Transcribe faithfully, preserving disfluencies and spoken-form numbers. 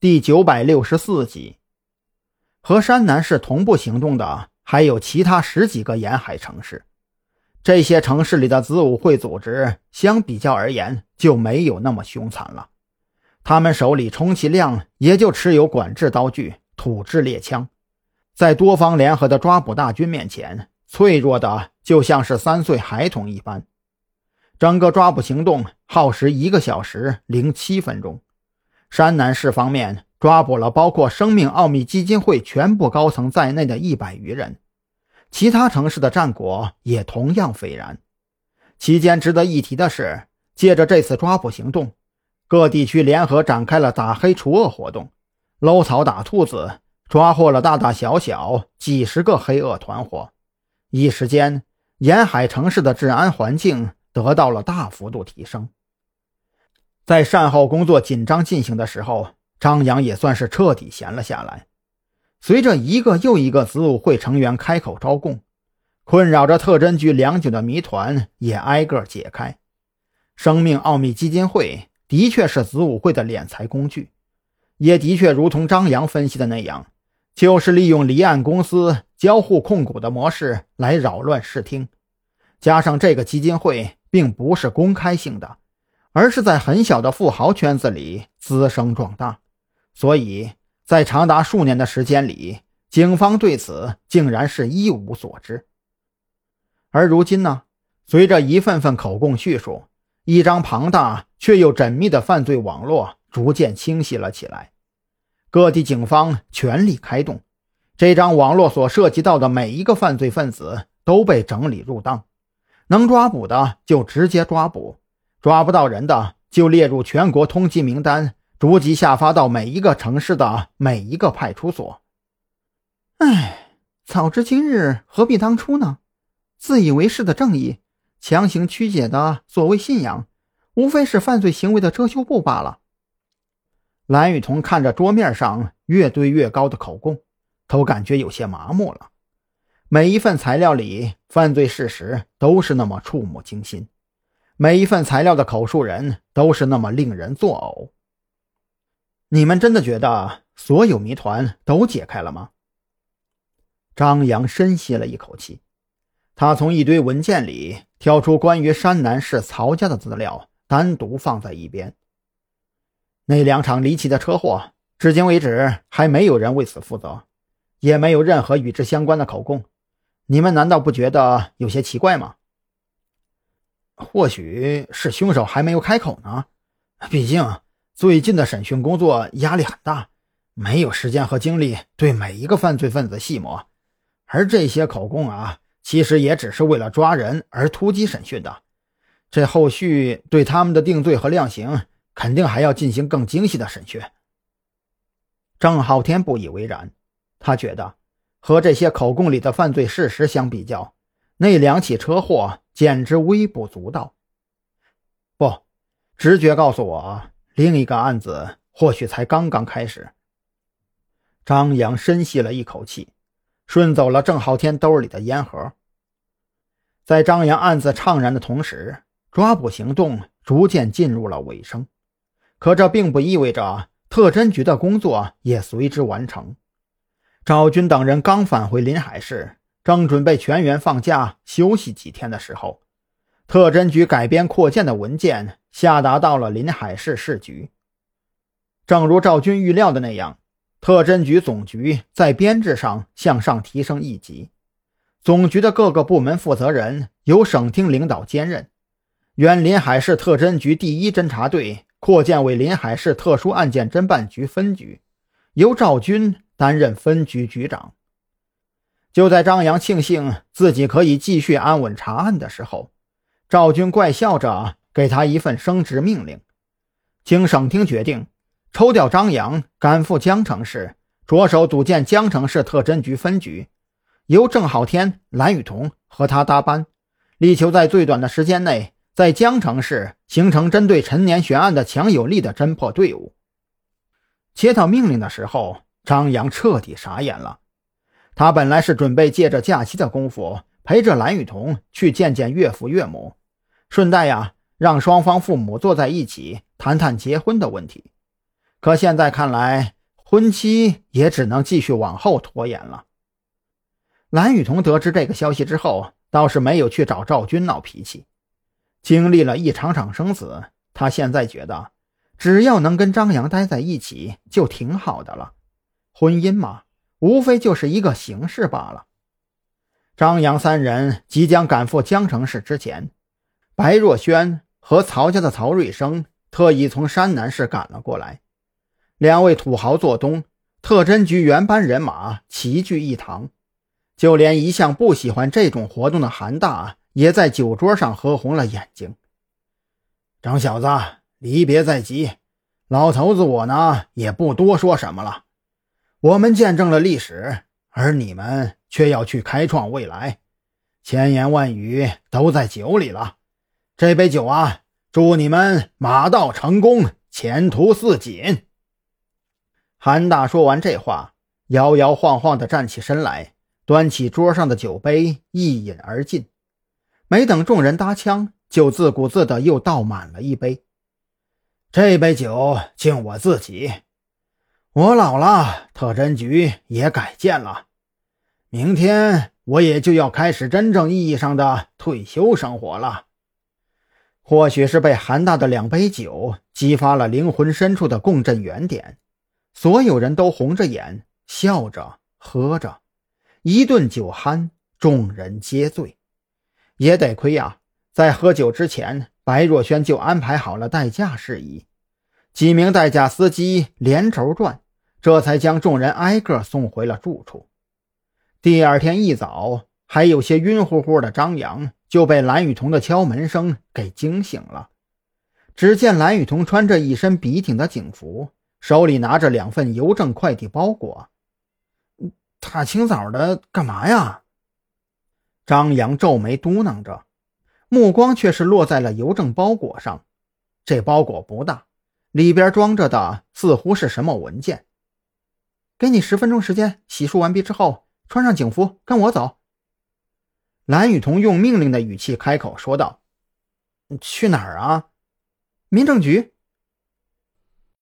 第九百六十四集。和山南市同步行动的还有其他十几个沿海城市，这些城市里的子午会组织相比较而言就没有那么凶残了，他们手里充其量也就持有管制刀具、土制猎枪，在多方联合的抓捕大军面前，脆弱的就像是三岁孩童一般。整个抓捕行动耗时一个小时零七分钟。山南市方面抓捕了包括生命奥秘基金会全部高层在内的一百余人，其他城市的战果也同样斐然。期间值得一提的是，借着这次抓捕行动，各地区联合展开了打黑除恶活动，搂草打兔子，抓获了大大小小几十个黑恶团伙。一时间，沿海城市的治安环境得到了大幅度提升。在善后工作紧张进行的时候，张扬也算是彻底闲了下来。随着一个又一个子午会成员开口招供，困扰着特侦局良久的谜团也挨个解开。生命奥秘基金会的确是子午会的敛财工具，也的确如同张扬分析的那样，就是利用离岸公司交互控股的模式来扰乱视听。加上这个基金会并不是公开性的，而是在很小的富豪圈子里滋生壮大，所以在长达数年的时间里，警方对此竟然是一无所知。而如今呢，随着一份份口供叙述，一张庞大却又缜密的犯罪网络逐渐清晰了起来。各地警方全力开动，这张网络所涉及到的每一个犯罪分子都被整理入档，能抓捕的就直接抓捕，抓不到人的就列入全国通缉名单，逐级下发到每一个城市的每一个派出所。唉，早知今日何必当初呢？自以为是的正义，强行曲解的所谓信仰，无非是犯罪行为的遮羞布罢了。蓝雨桐看着桌面上越堆越高的口供，都感觉有些麻木了。每一份材料里犯罪事实都是那么触目惊心，每一份材料的口述人都是那么令人作呕。你们真的觉得所有谜团都解开了吗？张扬深吸了一口气，他从一堆文件里挑出关于山南市曹家的资料，单独放在一边。那两场离奇的车祸，至今为止还没有人为此负责，也没有任何与之相关的口供，你们难道不觉得有些奇怪吗？或许是凶手还没有开口呢，毕竟最近的审讯工作压力很大，没有时间和精力对每一个犯罪分子细磨，而这些口供啊，其实也只是为了抓人而突击审讯的，这后续对他们的定罪和量刑肯定还要进行更精细的审讯。郑浩天不以为然，他觉得和这些口供里的犯罪事实相比较，那两起车祸简直微不足道。不，直觉告诉我，另一个案子或许才刚刚开始。张扬深吸了一口气，顺走了郑浩天兜里的烟盒。在张扬案子怅然的同时，抓捕行动逐渐进入了尾声。可这并不意味着特侦局的工作也随之完成。赵军等人刚返回临海市，正准备全员放假休息几天的时候，特侦局改编扩建的文件下达到了临海市市局。正如赵军预料的那样，特侦局总局在编制上向上提升一级，总局的各个部门负责人由省厅领导兼任，原临海市特侦局第一侦察队扩建为临海市特殊案件侦办局分局，由赵军担任分局局长。就在张扬庆幸自己可以继续安稳查案的时候，赵军怪笑着给他一份升职命令，经省厅决定，抽调张扬赶赴江城市，着手组建江城市特侦局分局，由郑浩天、蓝雨桐和他搭班，力求在最短的时间内在江城市形成针对陈年悬案的强有力的侦破队伍。接到命令的时候，张扬彻底傻眼了。他本来是准备借着假期的功夫陪着蓝雨桐去见见岳父岳母，顺带呀让双方父母坐在一起谈谈结婚的问题。 可现在看来，婚期也只能继续往后拖延了。蓝雨桐得知这个消息之后，倒是没有去找赵军闹脾气。经历了一场场生死，他现在觉得只要能跟张扬待在一起就挺好的了。婚姻嘛，无非就是一个形式罢了。张扬三人即将赶赴江城市之前，白若萱和曹家的曹瑞生特意从山南市赶了过来。两位土豪做东，特侦局原班人马齐聚一堂，就连一向不喜欢这种活动的韩大也在酒桌上喝红了眼睛。张小子，离别在即，老头子我呢也不多说什么了。我们见证了历史，而你们却要去开创未来，千言万语都在酒里了。这杯酒啊，祝你们马到成功，前途似锦。韩大说完这话，摇摇晃晃地站起身来，端起桌上的酒杯一饮而尽。没等众人搭腔，就自顾自地又倒满了一杯。这杯酒敬我自己，我老了，特侦局也改建了，明天我也就要开始真正意义上的退休生活了。或许是被韩大的两杯酒激发了灵魂深处的共振原点，所有人都红着眼笑着喝着，一顿酒酣，众人皆醉。也得亏啊，在喝酒之前，白若萱就安排好了代驾事宜，几名代驾司机连轴转，这才将众人挨个送回了住处。第二天一早，还有些晕乎乎的张扬就被蓝雨桐的敲门声给惊醒了。只见蓝雨桐穿着一身笔挺的警服，手里拿着两份邮政快递包裹。大清早的干嘛呀？张扬皱眉嘟囔着，目光却是落在了邮政包裹上。这包裹不大，里边装着的似乎是什么文件。给你十分钟时间，洗漱完毕之后，穿上警服跟我走。蓝雨桐用命令的语气开口说道。去哪儿啊？民政局。